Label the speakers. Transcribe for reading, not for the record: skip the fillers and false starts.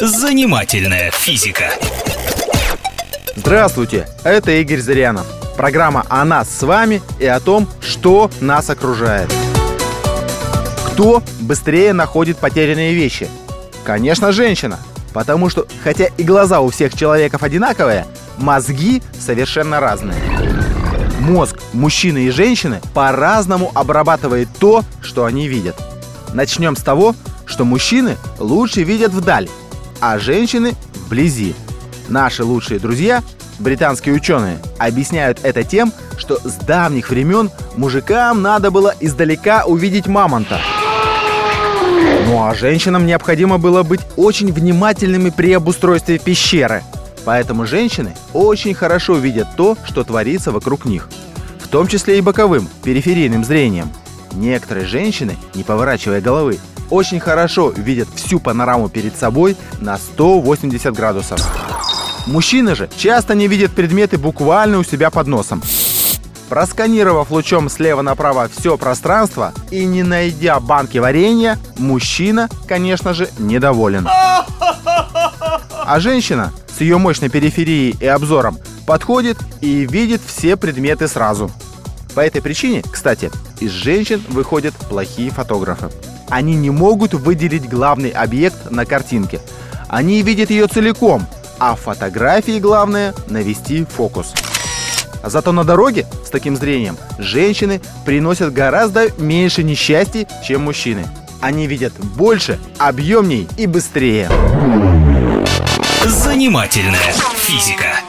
Speaker 1: Занимательная физика.
Speaker 2: Здравствуйте, это Игорь Зырянов. Программа о нас с вами и о том, что нас окружает. Кто быстрее находит потерянные вещи? Конечно, женщина. Потому что, хотя и глаза у всех человеков одинаковые, мозги совершенно разные. Мозг мужчины и женщины по-разному обрабатывает то, что они видят. Начнем с того, что мужчины лучше видят вдаль, а женщины вблизи. Наши лучшие друзья, британские ученые, объясняют это тем, что с давних времен мужикам надо было издалека увидеть мамонта. Ну а женщинам необходимо было быть очень внимательными при обустройстве пещеры. Поэтому женщины очень хорошо видят то, что творится вокруг них, в том числе и боковым, периферийным зрением. Некоторые женщины, не поворачивая головы, очень хорошо видят всю панораму перед собой на 180 градусов. Мужчины же часто не видят предметы буквально у себя под носом. Просканировав лучом слева направо все пространство и не найдя банки варенья, мужчина, конечно же, недоволен. А женщина с ее мощной периферией и обзором подходит и видит все предметы сразу. По этой причине, кстати, из женщин выходят плохие фотографы. Они не могут выделить главный объект на картинке. Они видят ее целиком, а в фотографии главное – навести фокус. Зато на дороге с таким зрением женщины приносят гораздо меньше несчастий, чем мужчины. Они видят больше, объемней и быстрее.
Speaker 1: Занимательная физика.